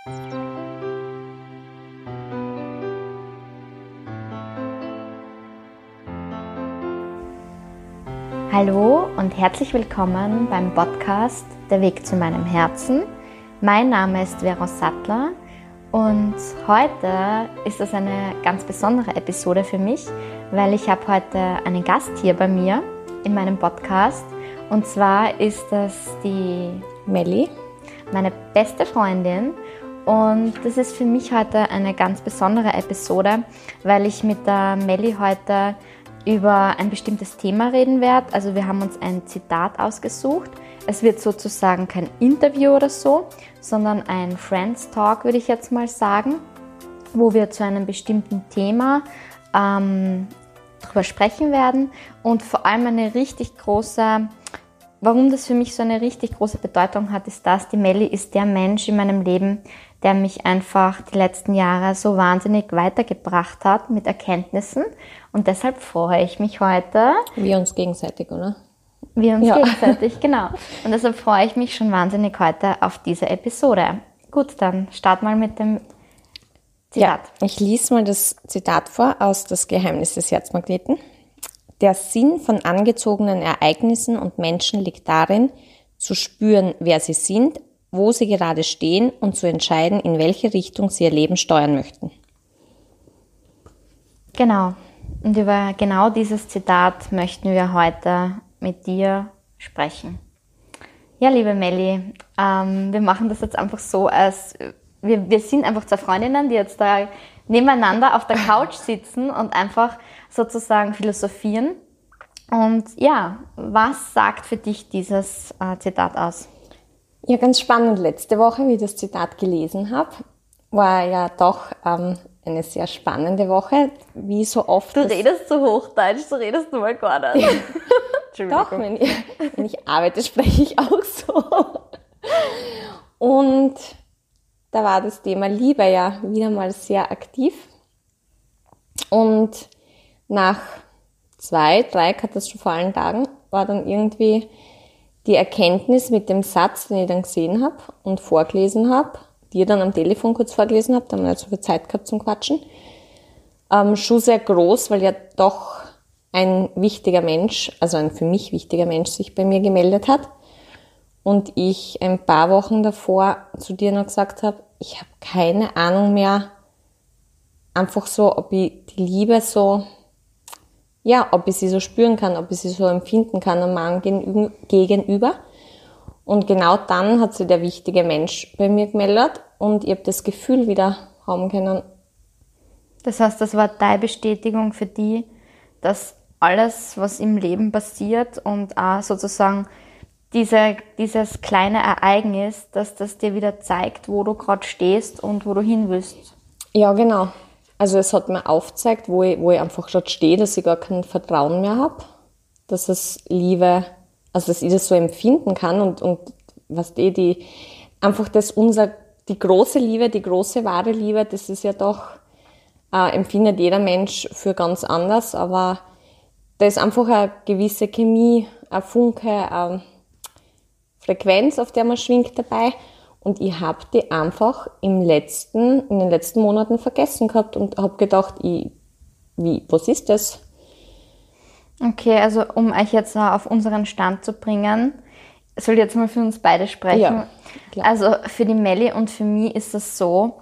Hallo und herzlich willkommen beim Podcast Der Weg zu meinem Herzen. Mein Name ist Vero Sattler und heute ist es eine ganz besondere Episode für mich, weil ich habe heute einen Gast hier bei mir in meinem Podcast und zwar ist das die Melli, meine beste Freundin. Und das ist für mich heute eine ganz besondere Episode, weil ich mit der Melli heute über ein bestimmtes Thema reden werde. Also wir haben uns ein Zitat ausgesucht. Es wird sozusagen kein Interview oder so, sondern ein Friends Talk, würde ich jetzt mal sagen, wo wir zu einem bestimmten Thema darüber sprechen werden und vor allem warum das für mich so eine richtig große Bedeutung hat, ist das, die Melli ist der Mensch in meinem Leben, der mich einfach die letzten Jahre so wahnsinnig weitergebracht hat mit Erkenntnissen. Und deshalb freue ich mich heute. Wir uns gegenseitig, oder? Wir uns gegenseitig, genau. Und deshalb freue ich mich schon wahnsinnig heute auf diese Episode. Gut, dann start mal mit dem Zitat. Ja, ich lese mal das Zitat vor aus Das Geheimnis des Herzmagneten. Der Sinn von angezogenen Ereignissen und Menschen liegt darin, zu spüren, wer sie sind, wo sie gerade stehen und zu entscheiden, in welche Richtung sie ihr Leben steuern möchten. Genau. Und über genau dieses Zitat möchten wir heute mit dir sprechen. Ja, liebe Melli, wir machen das jetzt einfach so, als wir sind einfach zwei Freundinnen, die jetzt da nebeneinander auf der Couch sitzen und einfach sozusagen philosophieren. Und ja, was sagt für dich dieses Zitat aus? Ja, ganz spannend. Letzte Woche, wie ich das Zitat gelesen habe, war ja doch eine sehr spannende Woche, wie so oft. Du redest so Hochdeutsch, so redest du mal gar nicht. Doch, wenn ich arbeite, spreche ich auch so. Und da war das Thema Liebe ja wieder mal sehr aktiv. Und nach 2-3 katastrophalen Tagen war dann irgendwie die Erkenntnis mit dem Satz, den ich dann gesehen habe und vorgelesen habe, dir dann am Telefon kurz vorgelesen habe, da haben wir nicht so viel Zeit gehabt zum Quatschen, schon sehr groß, weil ja doch ein wichtiger Mensch, also ein für mich wichtiger Mensch sich bei mir gemeldet hat und ich ein paar Wochen davor zu dir noch gesagt habe, ich habe keine Ahnung mehr, einfach so, ob ich die Liebe so, ja, ob ich sie so spüren kann, ob ich sie so empfinden kann am Mann gegenüber. Und genau dann hat sich der wichtige Mensch bei mir gemeldet und ich habe das Gefühl wieder haben können. Das heißt, das war deine Bestätigung für die, dass alles, was im Leben passiert und auch sozusagen dieses kleine Ereignis, dass das dir wieder zeigt, wo du gerade stehst und wo du hin willst. Ja, genau. Also es hat mir aufgezeigt, wo ich einfach gerade stehe, dass ich gar kein Vertrauen mehr habe, dass es Liebe, also dass ich das so empfinden kann und was einfach die große Liebe, die große wahre Liebe, das ist ja doch, empfindet jeder Mensch für ganz anders, aber da ist einfach eine gewisse Chemie, ein Funke, eine Frequenz, auf der man schwingt dabei. Und ich habe die einfach in den letzten Monaten vergessen gehabt und habe gedacht, was ist das? Okay, also um euch jetzt auf unseren Stand zu bringen, soll ich jetzt mal für uns beide sprechen. Ja, klar. Also für die Melli und für mich ist es so,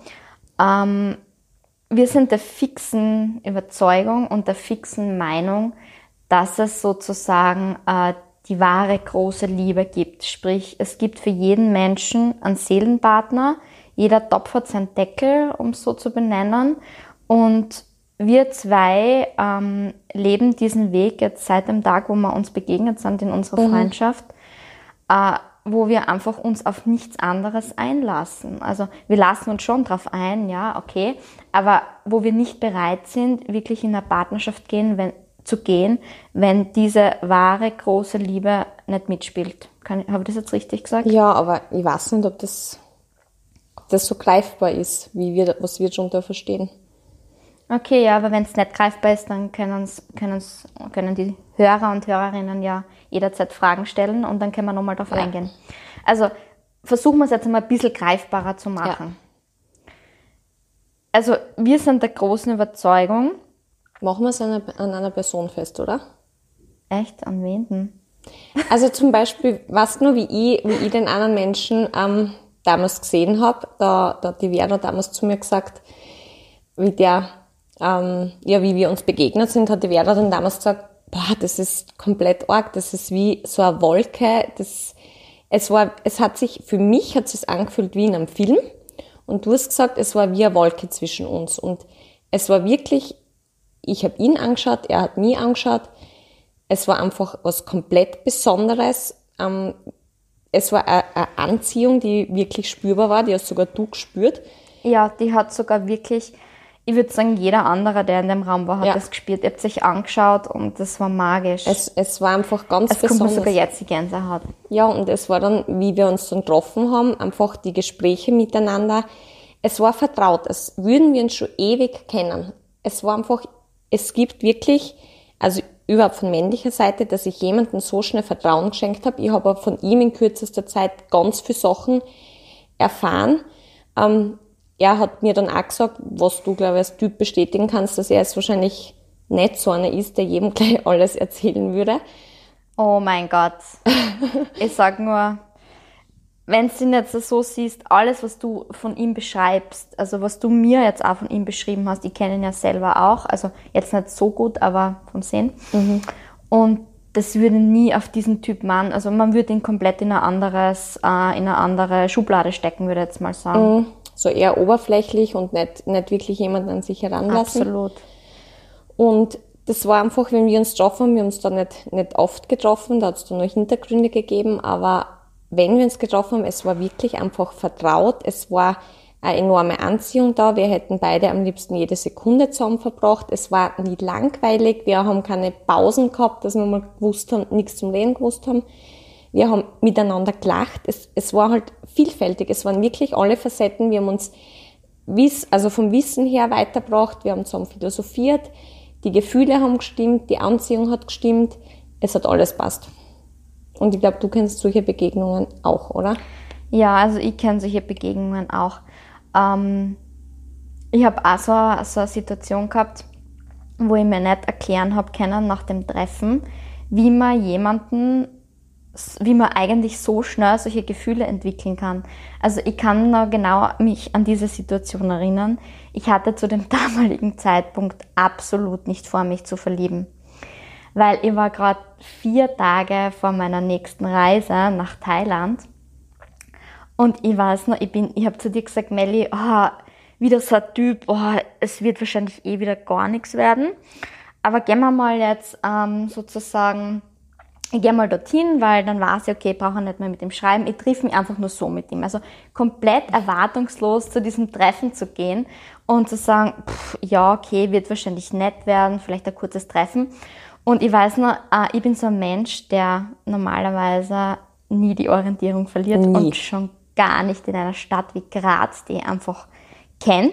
wir sind der fixen Überzeugung und der fixen Meinung, dass es sozusagen die wahre große Liebe gibt. Sprich, es gibt für jeden Menschen einen Seelenpartner. Jeder Topf hat seinen Deckel, um es so zu benennen. Und wir zwei leben diesen Weg jetzt seit dem Tag, wo wir uns begegnet sind in unserer Freundschaft, wo wir einfach uns auf nichts anderes einlassen. Also wir lassen uns schon drauf ein, ja, okay, aber wo wir nicht bereit sind, wirklich in eine Partnerschaft zu gehen, wenn diese wahre, große Liebe nicht mitspielt. Habe ich das jetzt richtig gesagt? Ja, aber ich weiß nicht, ob das so greifbar ist, was wir schon da verstehen. Okay, ja, aber wenn es nicht greifbar ist, dann können die Hörer und Hörerinnen ja jederzeit Fragen stellen und dann können wir nochmal darauf eingehen. Also versuchen wir es jetzt einmal ein bisschen greifbarer zu machen. Also wir sind der großen Überzeugung. Machen wir es an einer Person fest, oder? Echt? An wen denn? Also zum Beispiel, weißt du noch, wie ich den anderen Menschen damals gesehen habe, da hat die Vera damals zu mir gesagt, wie wir uns begegnet sind, hat die Vera dann damals gesagt, boah, das ist komplett arg, das ist wie so eine Wolke, für mich hat es angefühlt wie in einem Film, und du hast gesagt, es war wie eine Wolke zwischen uns, und es war wirklich, ich habe ihn angeschaut, er hat mich angeschaut, es war einfach was komplett Besonderes, es war eine Anziehung, die wirklich spürbar war, die hast sogar du gespürt. Ja, die hat sogar wirklich, ich würde sagen, jeder andere, der in dem Raum war, hat das gespürt. Ihr habt sich angeschaut und das war magisch. Es war einfach ganz besonders. Es kommt mir sogar jetzt die Gänsehaut. Ja, und es war dann, wie wir uns dann getroffen haben, einfach die Gespräche miteinander. Es war vertraut, als würden wir uns schon ewig kennen. Es war einfach, es gibt wirklich, also überhaupt von männlicher Seite, dass ich jemandem so schnell Vertrauen geschenkt habe. Ich habe aber von ihm in kürzester Zeit ganz viele Sachen erfahren. Er hat mir dann auch gesagt, was du, glaube ich, als Typ bestätigen kannst, dass er es wahrscheinlich nicht so einer ist, der jedem gleich alles erzählen würde. Oh mein Gott. Ich sag nur, wenn du ihn jetzt so siehst, alles, was du von ihm beschreibst, also was du mir jetzt auch von ihm beschrieben hast, ich kenne ihn ja selber auch, also jetzt nicht so gut, aber vom Sehen. Mhm. Und das würde nie auf diesen Typ Mann, also man würde ihn komplett in eine andere Schublade stecken, würde ich jetzt mal sagen. Mhm. So eher oberflächlich und nicht wirklich jemanden an sich heranlassen. Absolut. Und das war einfach, wenn wir uns getroffen haben, wir haben uns da nicht oft getroffen, da hat es dann noch Hintergründe gegeben, aber wenn wir uns getroffen haben, es war wirklich einfach vertraut, es war eine enorme Anziehung da, wir hätten beide am liebsten jede Sekunde zusammen verbracht, es war nie langweilig, wir haben keine Pausen gehabt, dass wir mal gewusst haben, nichts zum Reden gewusst haben. Wir haben miteinander gelacht, es war halt vielfältig, es waren wirklich alle Facetten, wir haben uns vom Wissen her weitergebracht, wir haben zusammen philosophiert, die Gefühle haben gestimmt, die Anziehung hat gestimmt, es hat alles passt. Und ich glaube, du kennst solche Begegnungen auch, oder? Ja, also ich kenne solche Begegnungen auch. Ich habe auch so eine Situation gehabt, wo ich mir nicht erklären habe können nach dem Treffen, wie man eigentlich so schnell solche Gefühle entwickeln kann. Also ich kann noch genau mich an diese Situation erinnern. Ich hatte zu dem damaligen Zeitpunkt absolut nicht vor, mich zu verlieben. Weil ich war gerade 4 Tage vor meiner nächsten Reise nach Thailand. Und ich weiß noch, ich habe zu dir gesagt, Melli, wieder so ein Typ, es wird wahrscheinlich wieder gar nichts werden. Aber gehen wir mal jetzt sozusagen, ich gehe mal dorthin, weil dann weiß ich, okay, ich brauche nicht mehr mit ihm schreiben, ich triff mich einfach nur so mit ihm. Also komplett erwartungslos zu diesem Treffen zu gehen und zu sagen, ja, okay, wird wahrscheinlich nett werden, vielleicht ein kurzes Treffen. Und ich weiß noch, ich bin so ein Mensch, der normalerweise nie die Orientierung verliert und schon gar nicht in einer Stadt wie Graz, die ich einfach kenne.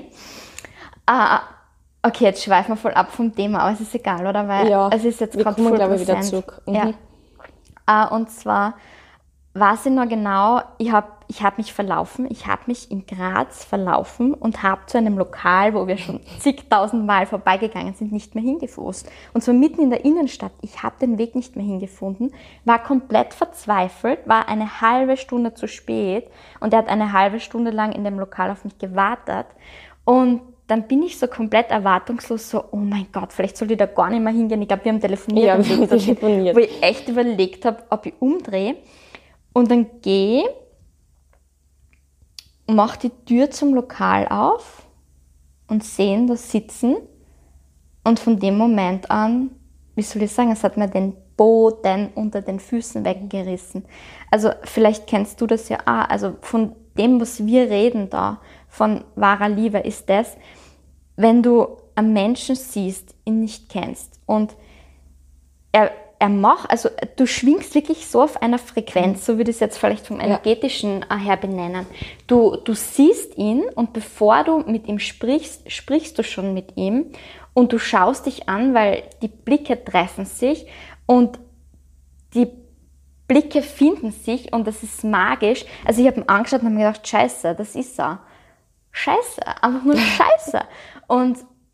Okay, jetzt schweifen wir voll ab vom Thema, aber es ist egal, oder? Weil es ist jetzt gerade voll präsent. Wieder zurück. Mhm. Ja. Und zwar weiß ich noch genau, ich hab mich verlaufen, ich habe mich in Graz verlaufen und habe zu einem Lokal, wo wir schon zigtausend Mal vorbeigegangen sind, nicht mehr hingefußt. Und zwar mitten in der Innenstadt. Ich habe den Weg nicht mehr hingefunden, war komplett verzweifelt, war eine halbe Stunde zu spät und er hat eine halbe Stunde lang in dem Lokal auf mich gewartet. Und dann bin ich so komplett erwartungslos so, oh mein Gott, vielleicht soll ich da gar nicht mehr hingehen. Ich glaube, wir haben telefoniert. Ja, wir haben telefoniert. Wo ich echt überlegt habe, ob ich umdrehe. Und dann gehe, mache die Tür zum Lokal auf und sehe ihn da sitzen. Und von dem Moment an, wie soll ich sagen, es hat mir den Boden unter den Füßen weggerissen. Also vielleicht kennst du das ja auch. Also von dem, was wir reden da, von wahrer Liebe, ist das, wenn du einen Menschen siehst, ihn nicht kennst und also du schwingst wirklich so auf einer Frequenz, so würde ich es jetzt vielleicht vom energetischen her benennen. Du siehst ihn und bevor du mit ihm sprichst du schon mit ihm und du schaust dich an, weil die Blicke treffen sich und die Blicke finden sich und das ist magisch. Also ich habe ihn angeschaut und habe mir gedacht, scheiße, das ist er. scheiße, einfach nur scheiße. Und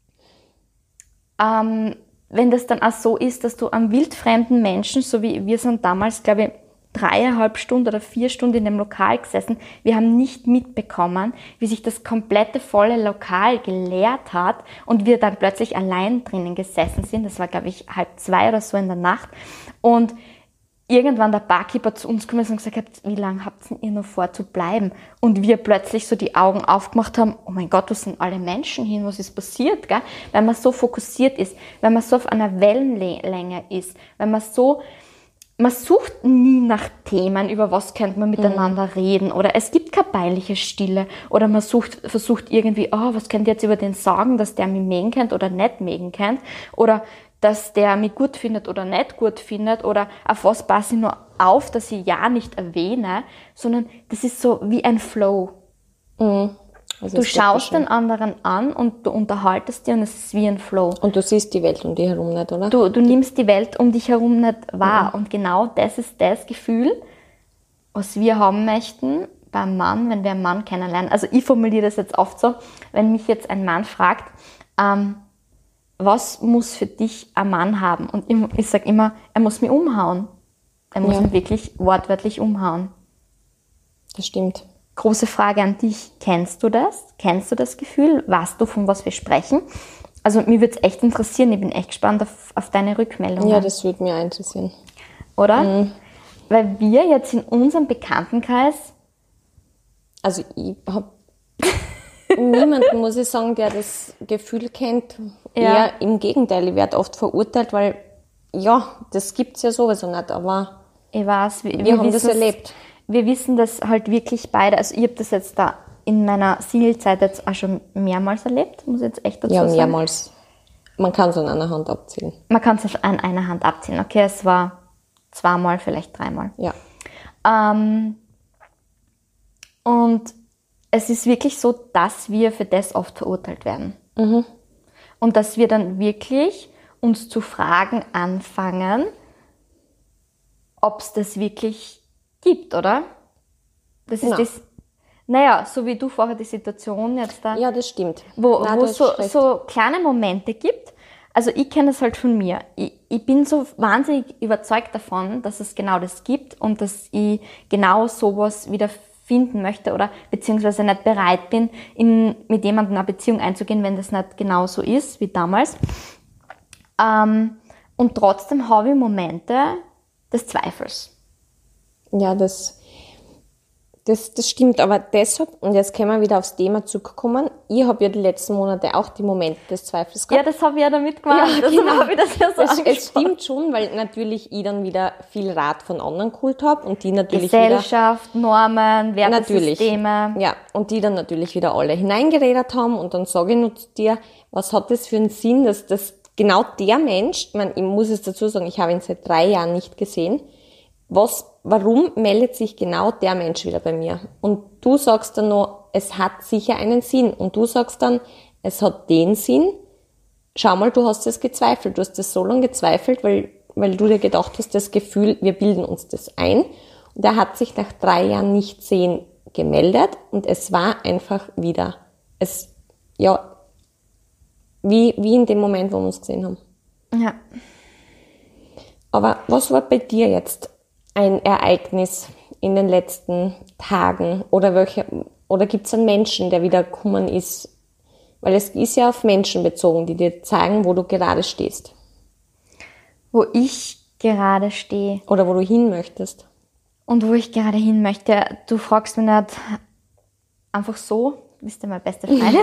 wenn das dann auch so ist, dass du am wildfremden Menschen, so wie wir sind damals, glaube ich, 3,5 Stunden oder 4 Stunden in dem Lokal gesessen, wir haben nicht mitbekommen, wie sich das komplette volle Lokal geleert hat und wir dann plötzlich allein drinnen gesessen sind. Das war, glaube ich, 1:30 oder so in der Nacht. Und irgendwann der Barkeeper zu uns gekommen ist und gesagt hat, wie lange habt ihr noch vor zu bleiben? Und wir plötzlich so die Augen aufgemacht haben, oh mein Gott, wo sind alle Menschen hin, was ist passiert? Gell? Weil man so fokussiert ist, weil man so auf einer Wellenlänge ist, weil man sucht nie nach Themen, über was könnte man miteinander reden, oder es gibt keine peinliche Stille, oder man versucht irgendwie, was könnt ihr jetzt über den sagen, dass der mich mögen kennt oder nicht mögen kennt, oder dass der mich gut findet oder nicht gut findet, oder auf was passe ich nur auf, dass ich ja nicht erwähne, sondern das ist so wie ein Flow. Also du schaust den anderen an und du unterhaltest dich und es ist wie ein Flow. Und du siehst die Welt um dich herum nicht, oder? Du nimmst die Welt um dich herum nicht wahr. Und genau das ist das Gefühl, was wir haben möchten beim Mann, wenn wir einen Mann kennenlernen. Also ich formuliere das jetzt oft so, wenn mich jetzt ein Mann fragt, was muss für dich ein Mann haben? Und ich sage immer, er muss mich umhauen. Er muss mich wirklich wortwörtlich umhauen. Das stimmt. Große Frage an dich. Kennst du das? Kennst du das Gefühl? Weißt du, von was wir sprechen? Also mir würde es echt interessieren. Ich bin echt gespannt auf deine Rückmeldung. Ja, das würde mich auch interessieren. Oder? Weil wir jetzt in unserem Bekanntenkreis... Also ich habe niemanden, muss ich sagen, der das Gefühl kennt. Eher im Gegenteil. Ich werde oft verurteilt, weil das gibt es ja sowieso nicht. Aber ich weiß, wir haben das erlebt. Wir wissen das halt wirklich beide. Also ich habe das jetzt da in meiner Single-Zeit jetzt auch schon mehrmals erlebt, muss ich jetzt echt dazu sagen. Ja, mehrmals. Man kann es an einer Hand abzählen. Man kann es an einer Hand abzählen. Okay, es war 2-mal, vielleicht 3-mal. Ja. Und es ist wirklich so, dass wir für das oft verurteilt werden. Und dass wir dann wirklich uns zu fragen anfangen, ob es das wirklich gibt, oder? Das ist das. Naja, so wie du vorher die Situation jetzt da. Ja, das stimmt. Wo es so kleine Momente gibt. Also ich kenne es halt von mir. Ich bin so wahnsinnig überzeugt davon, dass es genau das gibt und dass ich genau sowas wieder finden möchte oder beziehungsweise nicht bereit bin, mit jemandem eine Beziehung einzugehen, wenn das nicht genau so ist wie damals. Und trotzdem habe ich Momente des Zweifels. Ja, das stimmt, aber deshalb, und jetzt können wir wieder aufs Thema zurückkommen, ich habe ja die letzten Monate auch die Momente des Zweifels gehabt. Ja, das habe ich ja damit gemacht. Ja, genau. Habe ich das ja so es stimmt schon, weil natürlich ich dann wieder viel Rat von anderen geholt habe und die natürlich Gesellschaft, Normen, Wertesysteme. Ja, und die dann natürlich wieder alle hineingeredet haben und dann sage ich nur zu dir, was hat das für einen Sinn, dass das genau der Mensch, ich muss es dazu sagen, ich habe ihn seit 3 Jahren nicht gesehen, warum meldet sich genau der Mensch wieder bei mir? Und du sagst dann noch, es hat sicher einen Sinn. Und du sagst dann, es hat den Sinn. Schau mal, du hast es gezweifelt. Du hast es so lange gezweifelt, weil du dir gedacht hast, das Gefühl, wir bilden uns das ein. Und er hat sich nach 3 Jahren nicht sehen gemeldet. Und es war einfach wieder, wie in dem Moment, wo wir uns gesehen haben. Ja. Aber was war bei dir jetzt ein Ereignis in den letzten Tagen oder gibt es einen Menschen, der wieder gekommen ist? Weil es ist ja auf Menschen bezogen, die dir zeigen, wo du gerade stehst. Wo ich gerade stehe. Oder wo du hin möchtest. Und wo ich gerade hin möchte. Du fragst mich nicht einfach so, du bist ja meine beste Freundin.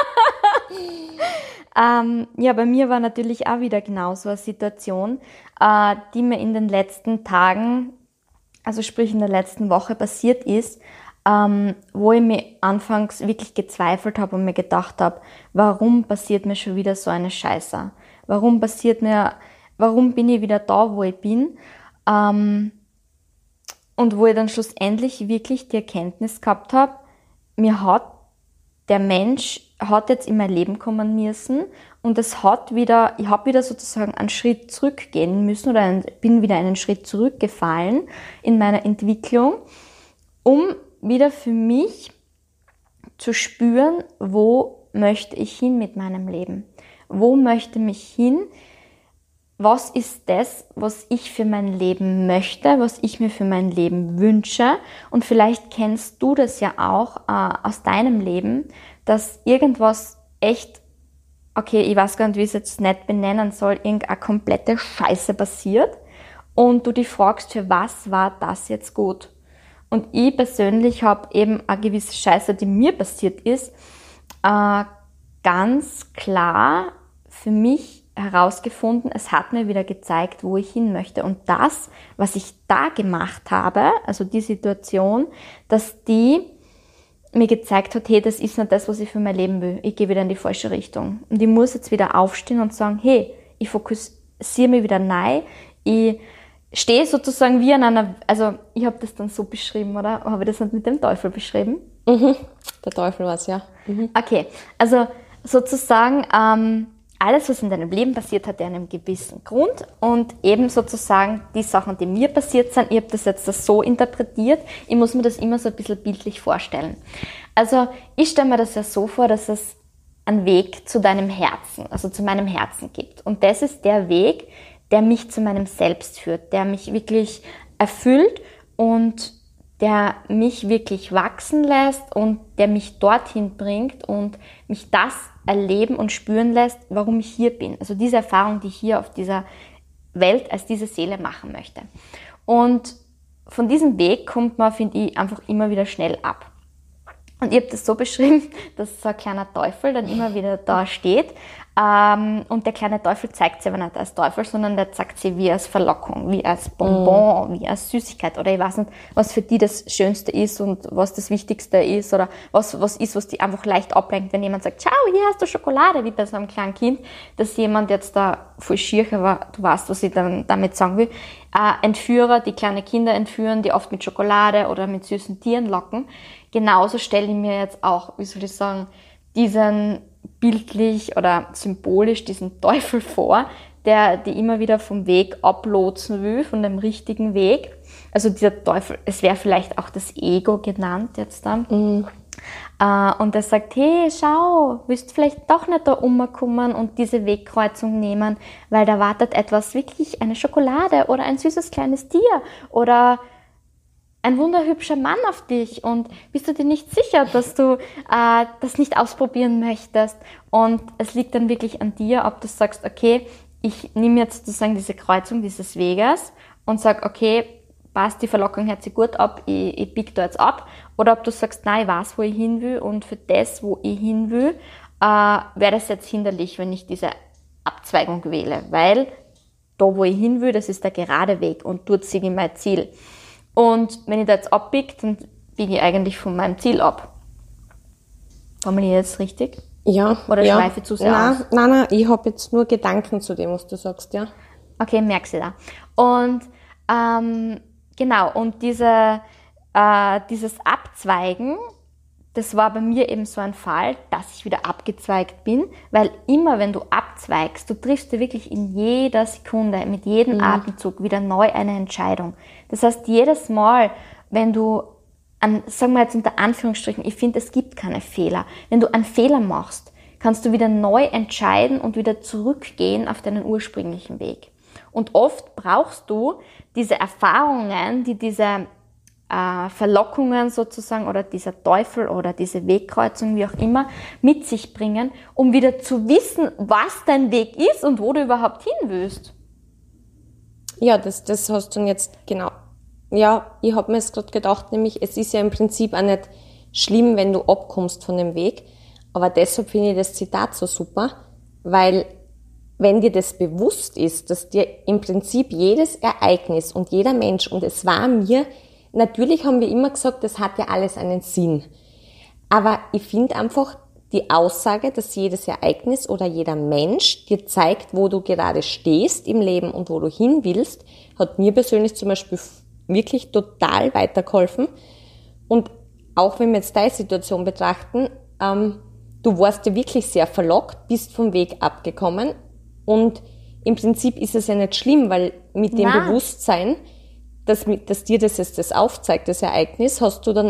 Bei mir war natürlich auch wieder genau so eine Situation, die mir in den letzten Tagen, also sprich in der letzten Woche passiert ist, wo ich mir anfangs wirklich gezweifelt habe und mir gedacht habe, warum passiert mir schon wieder so eine Scheiße? Warum bin ich wieder da, wo ich bin? Und wo ich dann schlussendlich wirklich die Erkenntnis gehabt habe, der Mensch hat jetzt in mein Leben kommen müssen und ich habe wieder sozusagen einen Schritt zurückgehen müssen oder bin wieder einen Schritt zurückgefallen in meiner Entwicklung, um wieder für mich zu spüren, wo möchte ich hin mit meinem Leben? Wo möchte mich hin? Was ist das, was ich für mein Leben möchte, was ich mir für mein Leben wünsche? Und vielleicht kennst du das ja auch aus deinem Leben, dass irgendwas echt, okay, ich weiß gar nicht, wie ich es jetzt nicht benennen soll, irgendeine komplette Scheiße passiert und du dich fragst, für was war das jetzt gut? Und ich persönlich habe eben eine gewisse Scheiße, die mir passiert ist, ganz klar für mich herausgefunden, es hat mir wieder gezeigt, wo ich hin möchte. Und das, was ich da gemacht habe, also die Situation, dass die mir gezeigt hat, hey, das ist nicht das, was ich für mein Leben will. Ich gehe wieder in die falsche Richtung. Und ich muss jetzt wieder aufstehen und sagen, hey, ich fokussiere mich wieder neu. Ich stehe sozusagen wie an einer, also ich habe das dann so beschrieben, oder? Habe ich das nicht mit dem Teufel beschrieben? Mhm. Der Teufel war es, ja. Mhm. Okay, also sozusagen, alles, was in deinem Leben passiert, hat ja einen gewissen Grund und eben sozusagen die Sachen, die mir passiert sind, ich habe das jetzt so interpretiert, ich muss mir das immer so ein bisschen bildlich vorstellen. Also ich stelle mir das ja so vor, dass es einen Weg zu deinem Herzen, also zu meinem Herzen gibt. Und das ist der Weg, der mich zu meinem Selbst führt, der mich wirklich erfüllt und der mich wirklich wachsen lässt und der mich dorthin bringt und mich das erleben und spüren lässt, warum ich hier bin. Also diese Erfahrung, die ich hier auf dieser Welt als diese Seele machen möchte. Und von diesem Weg kommt man, finde ich, einfach immer wieder schnell ab. Und ich habe das so beschrieben, dass so ein kleiner Teufel dann immer wieder da steht. Und der kleine Teufel zeigt sich aber nicht als Teufel, sondern der zeigt sich wie als Verlockung, wie als Bonbon, wie als Süßigkeit. Oder ich weiß nicht, was für die das Schönste ist und was das Wichtigste ist oder was ist, was die einfach leicht ablenkt, wenn jemand sagt, schau, hier hast du Schokolade, wie bei so einem kleinen Kind, dass jemand jetzt da voll schier, aber du weißt, was ich dann damit sagen will. Entführer, die kleine Kinder entführen, die oft mit Schokolade oder mit süßen Tieren locken. Genauso stelle ich mir jetzt auch, wie soll ich sagen, diesen bildlich oder symbolisch diesen Teufel vor, der die immer wieder vom Weg ablotsen will, von dem richtigen Weg. Also dieser Teufel, es wäre vielleicht auch das Ego genannt jetzt dann. Und er sagt, hey, schau, willst du vielleicht doch nicht da umkommen und diese Wegkreuzung nehmen, weil da wartet etwas, wirklich eine Schokolade oder ein süßes kleines Tier oder ein wunderhübscher Mann auf dich und bist du dir nicht sicher, dass du das nicht ausprobieren möchtest? Und es liegt dann wirklich an dir, ob du sagst, okay, ich nehme jetzt sozusagen diese Kreuzung dieses Weges und sag, okay, passt, die Verlockung hört sich gut ab, ich biege da jetzt ab. Oder ob du sagst, nein, ich weiß, wo ich hin will und für das, wo ich hin will, wäre das jetzt hinderlich, wenn ich diese Abzweigung wähle, weil da, wo ich hin will, das ist der gerade Weg und dort sehe ich mein Ziel. Und wenn ich da jetzt abbiege, dann biege ich eigentlich von meinem Ziel ab. Formuliere ich jetzt richtig? Ja. Oder ja. schweife ich zu sehr aus? Nein, ich habe jetzt nur Gedanken zu dem, was du sagst, ja. Okay, merkst du da. Und genau, und dieses Abzweigen, das war bei mir eben so ein Fall, dass ich wieder abgezweigt bin, weil immer wenn du abzweigst, du triffst dir wirklich in jeder Sekunde, mit jedem Atemzug wieder neu eine Entscheidung. Das heißt, jedes Mal, wenn du, sagen wir jetzt unter Anführungsstrichen, ich finde, es gibt keine Fehler. Wenn du einen Fehler machst, kannst du wieder neu entscheiden und wieder zurückgehen auf deinen ursprünglichen Weg. Und oft brauchst du diese Erfahrungen, die diese Verlockungen sozusagen oder dieser Teufel oder diese Wegkreuzung, wie auch immer, mit sich bringen, um wieder zu wissen, was dein Weg ist und wo du überhaupt hin willst. Ja, das hast du jetzt genau. Ja, ich habe mir jetzt gerade gedacht, nämlich es ist ja im Prinzip auch nicht schlimm, wenn du abkommst von dem Weg, aber deshalb finde ich das Zitat so super, weil wenn dir das bewusst ist, dass dir im Prinzip jedes Ereignis und jeder Mensch, und es war mir, natürlich haben wir immer gesagt, das hat ja alles einen Sinn. Aber ich finde einfach die Aussage, dass jedes Ereignis oder jeder Mensch dir zeigt, wo du gerade stehst im Leben und wo du hin willst, hat mir persönlich zum Beispiel wirklich total weitergeholfen. Und auch wenn wir jetzt deine Situation betrachten, du warst ja wirklich sehr verlockt, bist vom Weg abgekommen und im Prinzip ist es ja nicht schlimm, weil mit dem Bewusstsein, dass dir das jetzt das aufzeigt, das Ereignis, hast du dann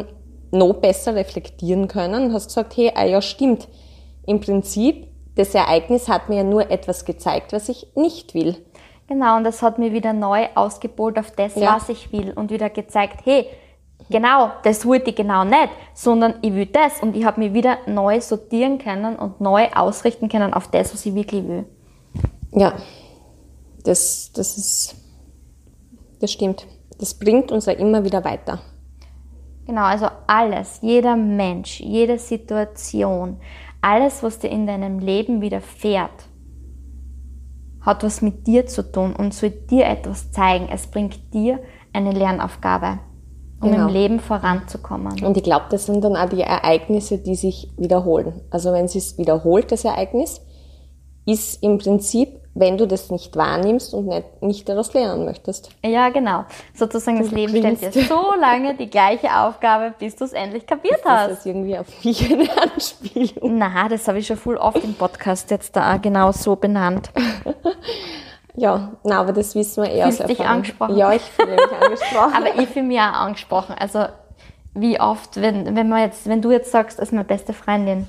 noch besser reflektieren können und hast gesagt, hey, ja stimmt, im Prinzip, das Ereignis hat mir ja nur etwas gezeigt, was ich nicht will. Genau, und das hat mir wieder neu ausgepolt auf das, was ich will und wieder gezeigt, hey, genau, das wollte ich genau nicht, sondern ich will das und ich habe mich wieder neu sortieren können und neu ausrichten können auf das, was ich wirklich will. Ja, das stimmt. Das bringt uns ja immer wieder weiter. Genau, also alles, jeder Mensch, jede Situation, alles, was dir in deinem Leben widerfährt, hat was mit dir zu tun und soll dir etwas zeigen. Es bringt dir eine Lernaufgabe, um im Leben voranzukommen. Und ich glaube, das sind dann auch die Ereignisse, die sich wiederholen. Also wenn es sich wiederholt, das Ereignis, ist im Prinzip, wenn du das nicht wahrnimmst und nicht daraus lernen möchtest. Ja, genau. Sozusagen das Leben stellt dir so lange die gleiche Aufgabe, bis du es endlich kapiert hast. Das ist irgendwie auf mich eine Anspielung. Na, das habe ich schon voll oft im Podcast jetzt da genau so benannt. Ja, na, aber das wissen wir eher aus Erfahrung. Fühlst dich angesprochen? Ja, ich fühle mich angesprochen. Aber ich fühle mich auch angesprochen. Also wie oft, wenn du jetzt sagst, als meine beste Freundin,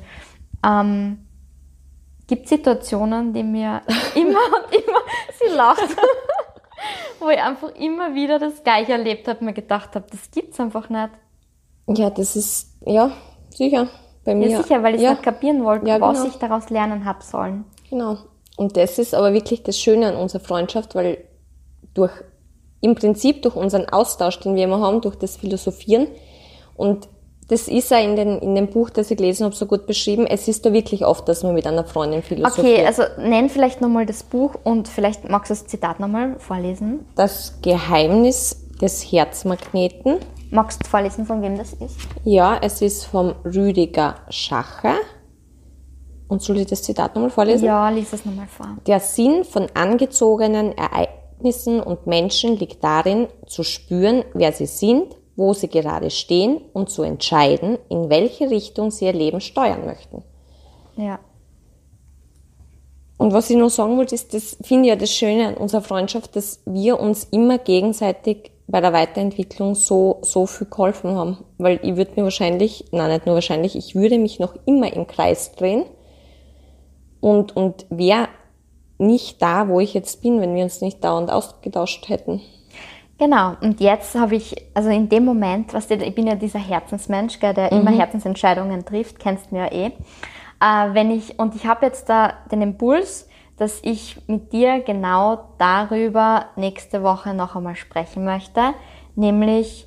gibt Situationen, die mir immer und immer, sie lacht, wo ich einfach immer wieder das Gleiche erlebt habe und mir gedacht habe, das gibt's einfach nicht. Ja, das ist, ja, sicher, bei mir. Ja, sicher, weil ich es nicht kapieren wollte, was genau. ich daraus lernen habe sollen. Genau. Und das ist aber wirklich das Schöne an unserer Freundschaft, weil im Prinzip durch unseren Austausch, den wir immer haben, durch das Philosophieren, und das ist auch in dem Buch, das ich gelesen habe, so gut beschrieben. Es ist da wirklich oft, dass man mit einer Freundin philosophiert. Okay, also nenn vielleicht nochmal das Buch und vielleicht magst du das Zitat nochmal vorlesen. Das Geheimnis des Herzmagneten. Magst du vorlesen, von wem das ist? Ja, es ist vom Rüdiger Schacher. Und soll ich das Zitat nochmal vorlesen? Ja, lies es nochmal vor. Der Sinn von angezogenen Ereignissen und Menschen liegt darin, zu spüren, wer sie sind, wo sie gerade stehen und zu entscheiden, in welche Richtung sie ihr Leben steuern möchten. Ja. Und was ich noch sagen wollte, ist, das finde ich ja das Schöne an unserer Freundschaft, dass wir uns immer gegenseitig bei der Weiterentwicklung so viel geholfen haben. Weil ich würde mir ich würde mich noch immer im Kreis drehen und wäre nicht da, wo ich jetzt bin, wenn wir uns nicht dauernd ausgetauscht hätten. Genau, und jetzt habe ich, also in dem Moment, ich bin ja dieser Herzensmensch, der immer Herzensentscheidungen trifft, kennst du mir ja und ich habe jetzt da den Impuls, dass ich mit dir genau darüber nächste Woche noch einmal sprechen möchte, nämlich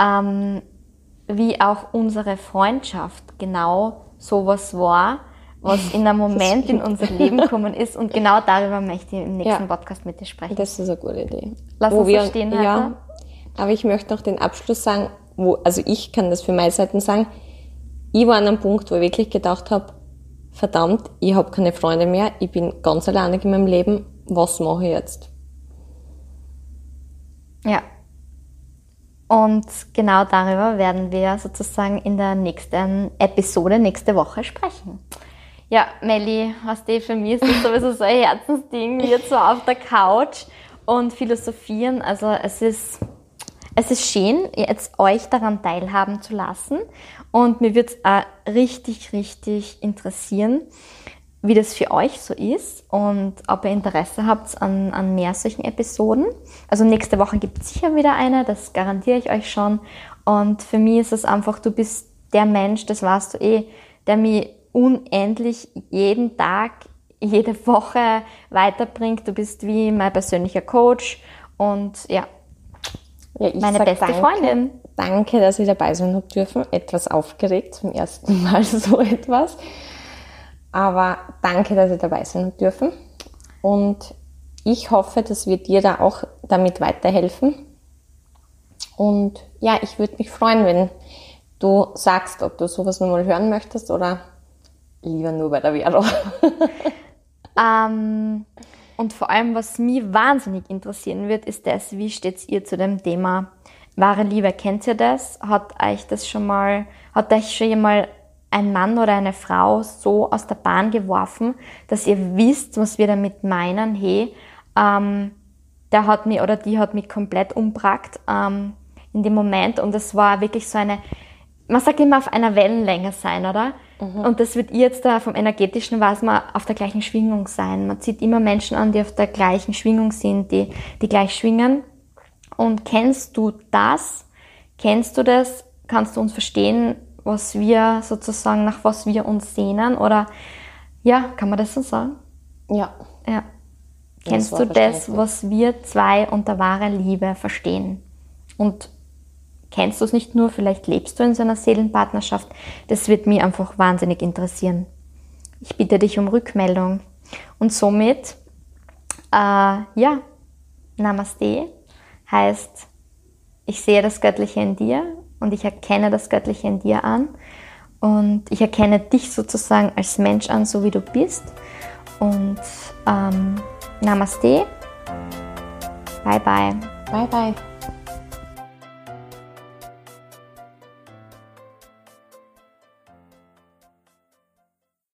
wie auch unsere Freundschaft genau sowas war, was in einem Moment in unser Leben gekommen ist, und genau darüber möchte ich im nächsten Podcast mit dir sprechen. Das ist eine gute Idee. Lass uns so stehen heute. Ja, aber ich möchte noch den Abschluss sagen, also ich kann das für meine Seiten sagen, ich war an einem Punkt, wo ich wirklich gedacht habe, verdammt, ich habe keine Freunde mehr, ich bin ganz alleinig in meinem Leben, was mache ich jetzt? Ja. Und genau darüber werden wir sozusagen in der nächsten Episode nächste Woche sprechen. Ja, Melli, für mich ist das sowieso so ein Herzensding, wie jetzt so auf der Couch und philosophieren. Also es ist schön, jetzt euch daran teilhaben zu lassen. Und mir würde es auch richtig, richtig interessieren, wie das für euch so ist und ob ihr Interesse habt an mehr solchen Episoden. Also nächste Woche gibt es sicher wieder eine, das garantiere ich euch schon. Und für mich ist es einfach, du bist der Mensch, das weißt du der mich unendlich jeden Tag, jede Woche weiterbringt. Du bist wie mein persönlicher Coach und ja meine beste Freundin. Danke, dass ich dabei sein habe dürfen. Etwas aufgeregt, zum ersten Mal so etwas. Aber danke, dass ich dabei sein habe dürfen. Und ich hoffe, dass wir dir da auch damit weiterhelfen. Und ja, ich würde mich freuen, wenn du sagst, ob du sowas nochmal hören möchtest oder lieber nur bei der Vero. Und vor allem, was mich wahnsinnig interessieren wird, ist das, wie steht ihr zu dem Thema wahre Liebe? Kennt ihr das? Hat euch schon mal ein Mann oder eine Frau so aus der Bahn geworfen, dass ihr wisst, was wir damit meinen? Hey, der hat mich oder die hat mich komplett umgebracht in dem Moment, und es war wirklich so eine man sagt immer auf einer Wellenlänge sein, oder? Und das wird jetzt da vom Energetischen, weiß man, auf der gleichen Schwingung sein. Man zieht immer Menschen an, die auf der gleichen Schwingung sind, die gleich schwingen. Und kennst du das? Kennst du das? Kannst du uns verstehen, was wir sozusagen, nach was wir uns sehnen? Oder, ja, kann man das so sagen? Ja. Ja. Kennst du das, was wir zwei unter wahrer Liebe verstehen? Und kennst du es nicht nur, vielleicht lebst du in so einer Seelenpartnerschaft. Das wird mich einfach wahnsinnig interessieren. Ich bitte dich um Rückmeldung. Und somit, Namaste heißt, ich sehe das Göttliche in dir und ich erkenne das Göttliche in dir an. Und ich erkenne dich sozusagen als Mensch an, so wie du bist. Und Namaste. Bye, bye. Bye, bye.